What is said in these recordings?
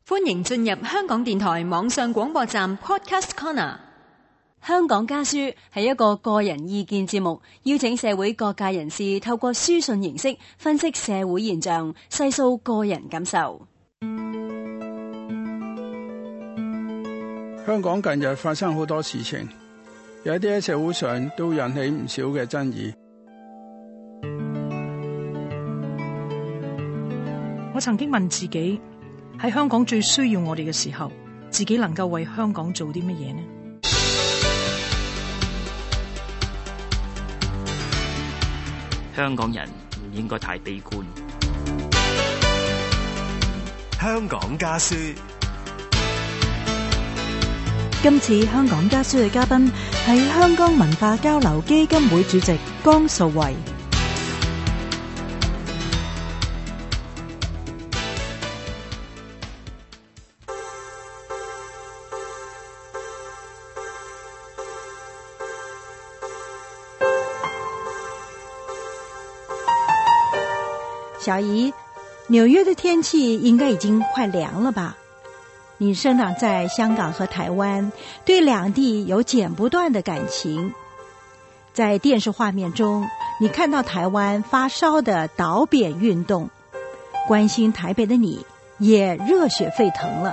歡迎進入香港電台網上廣播站 Podcast Corner。 香港家書係一個個人意見節目，邀請社會各界人士透過書信形式分析社會現象，細數個人感受。 香港近日發生好多事情，有一啲喺社會上都引起唔少嘅爭議。 我曾經問自己，喺香港最需要我哋嘅時候，自己能夠為香港做啲乜嘢呢？ 香港人唔應該太悲觀。 香港家書， 今次香港家書嘅嘉賓係香港文化交流基金會主席江素慧。小姨，纽约的天气应该已经快凉了吧？你生长在香港和台湾，对两地有剪不断的感情。在电视画面中，你看到台湾发烧的倒扁运动，关心台北的你也热血沸腾了。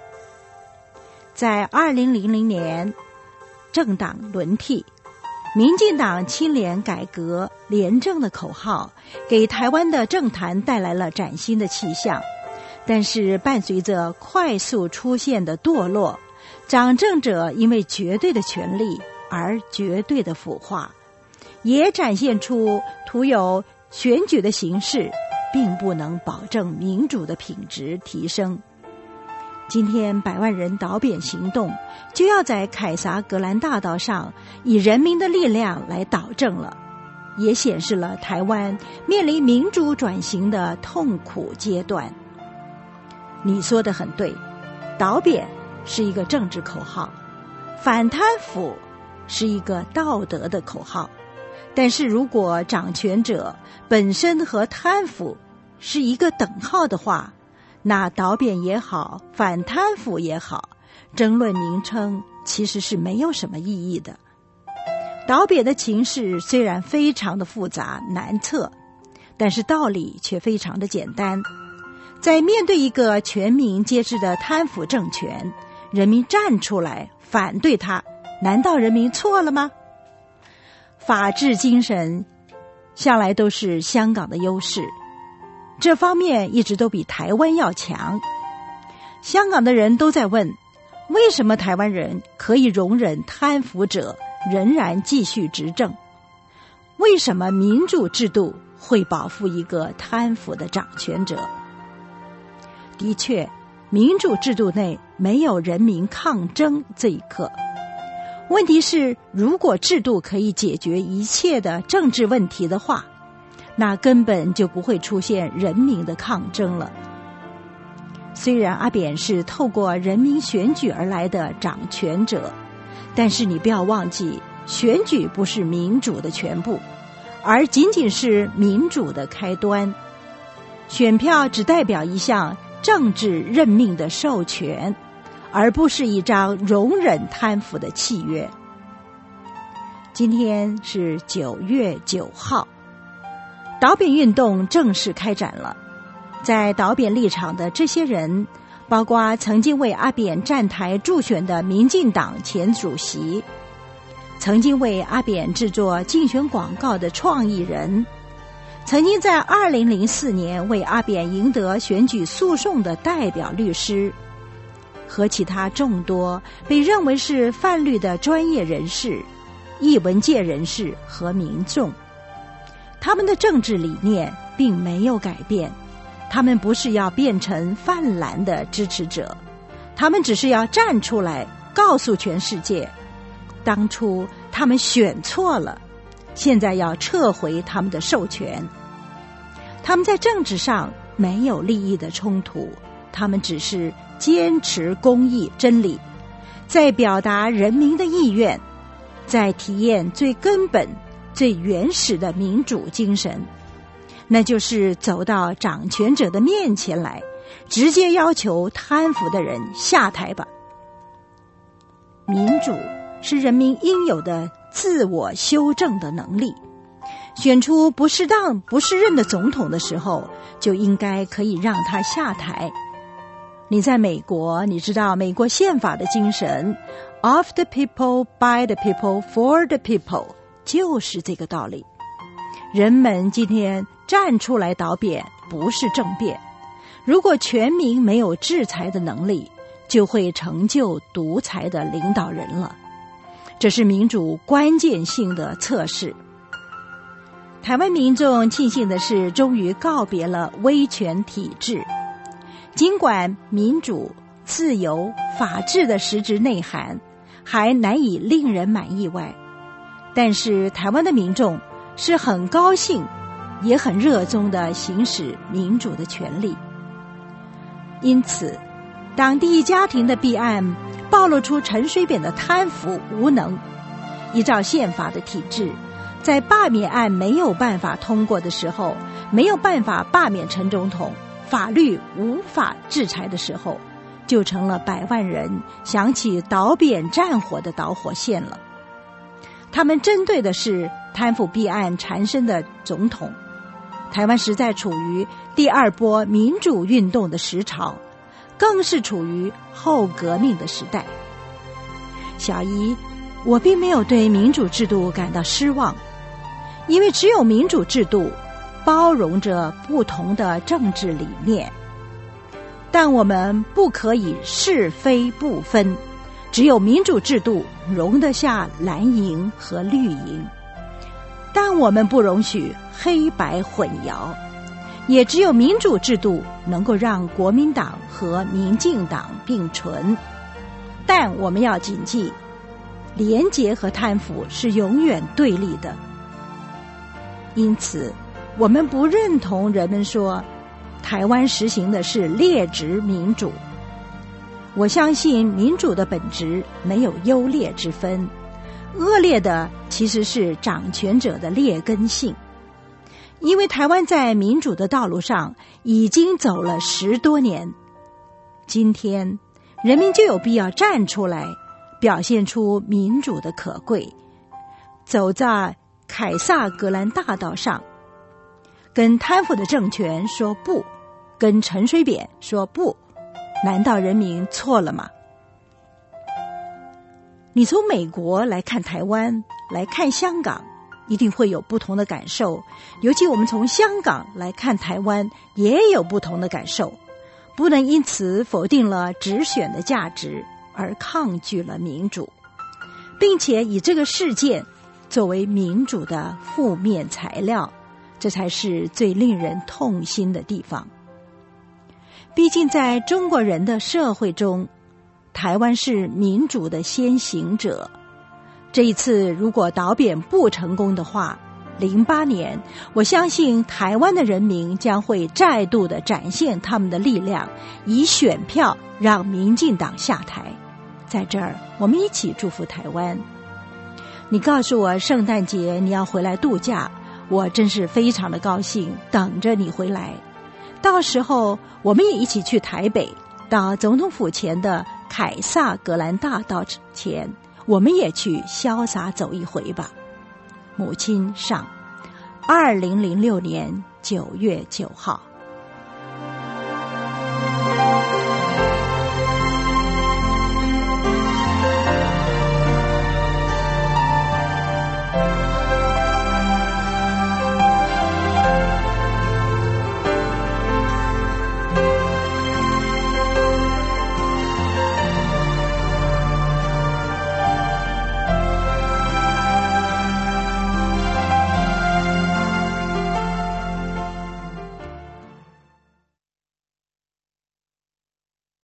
在2000年，政党轮替，民进党清廉改革廉政的口号给台湾的政坛带来了崭新的气象，但是伴随着快速出现的堕落，掌政者因为绝对的权力而绝对的腐化，也展现出徒有选举的形式并不能保证民主的品质提升。今天100万人倒扁行动就要在凯撒格兰大道上以人民的力量来导正了，也显示了台湾面临民主转型的痛苦阶段。你说得很对，倒扁是一个政治口号，反贪腐是一个道德的口号，但是如果掌权者本身和贪腐是一个等号的话，那倒扁也好，反贪腐也好，争论名称其实是没有什么意义的。倒扁的情势虽然非常的复杂难测，但是道理却非常的简单。在面对一个全民皆知的贪腐政权，人民站出来反对他，难道人民错了吗？法治精神向来都是香港的优势，这方面一直都比台湾要强。香港的人都在问，为什么台湾人可以容忍贪腐者仍然继续执政？为什么民主制度会保护一个贪腐的掌权者？的确，民主制度内没有人民抗争这一刻。问题是，如果制度可以解决一切的政治问题的话，那根本就不会出现人民的抗争了。虽然阿扁是透过人民选举而来的掌权者，但是你不要忘记，选举不是民主的全部，而仅仅是民主的开端。选票只代表一项政治任命的授权，而不是一张容忍贪腐的契约。今天是9月9号，倒扁运动正式开展了。在倒扁立场的这些人，包括曾经为阿扁站台助选的民进党前主席，曾经为阿扁制作竞选广告的创意人，曾经在2004年为阿扁赢得选举诉讼的代表律师，和其他众多被认为是泛绿的专业人士、艺文界人士和民众。他们的政治理念并没有改变，他们不是要变成泛蓝的支持者，他们只是要站出来告诉全世界，当初他们选错了，现在要撤回他们的授权。他们在政治上没有利益的冲突，他们只是坚持公义真理，在表达人民的意愿，在体验最根本最原始的民主精神，那就是走到掌权者的面前来， 直接要求贪腐的人下台吧。民主是人民应有的自我修正的能力，选出不适当、不适任的总统的时候，就应该可以让他下台。你在美国，你知道美国宪法的精神 of the people, by the people, for the people 就是这个道理。人们今天站出来倒扁不是政变，如果全民没有制裁的能力，就会成就独裁的领导人了。这是民主关键性的测试。台湾民众庆幸的是，终于告别了威权体制。尽管民主、自由、法治的实质内涵还难以令人满意外，但是台湾的民众是很高兴，也很热衷地行使民主的权利。因此，当第一家庭的弊案暴露出陈水扁的贪腐无能，依照宪法的体制，在罢免案没有办法通过的时候，没有办法罢免陈总统，法律无法制裁的时候，就成了百万人想起倒扁战火的导火线了。他们针对的是贪腐弊案缠身的总统。台湾实在处于第二波民主运动的时潮，更是处于后革命的时代。小姨，我并没有对民主制度感到失望，因为只有民主制度包容着不同的政治理念，但我们不可以是非不分，只有民主制度容得下蓝营和绿营，但我们不容许黑白混淆，也只有民主制度能够让国民党和民进党并存。但我们要谨记，廉洁和贪腐是永远对立的。因此，我们不认同人们说台湾实行的是劣质民主。我相信民主的本质没有优劣之分，恶劣的其实是掌权者的劣根性。因为台湾在民主的道路上已经走了10多年，今天人民就有必要站出来，表现出民主的可贵，走在凯撒格兰大道上，跟贪腐的政权说不，跟陈水扁说不，难道人民错了吗？你从美国来看台湾，来看香港，一定会有不同的感受，尤其我们从香港来看台湾，也有不同的感受。不能因此否定了直选的价值，而抗拒了民主，并且以这个事件作为民主的负面材料，这才是最令人痛心的地方。毕竟在中国人的社会中，台湾是民主的先行者。这一次如果倒扁不成功的话，08年我相信台湾的人民将会再度的展现他们的力量，以选票让民进党下台。在这儿我们一起祝福台湾。你告诉我圣诞节你要回来度假，我真是非常的高兴，等着你回来。到时候我们也一起去台北，到总统府前的凯撒格兰大道前，我们也去潇洒走一回吧。母亲上，2006年9月9号。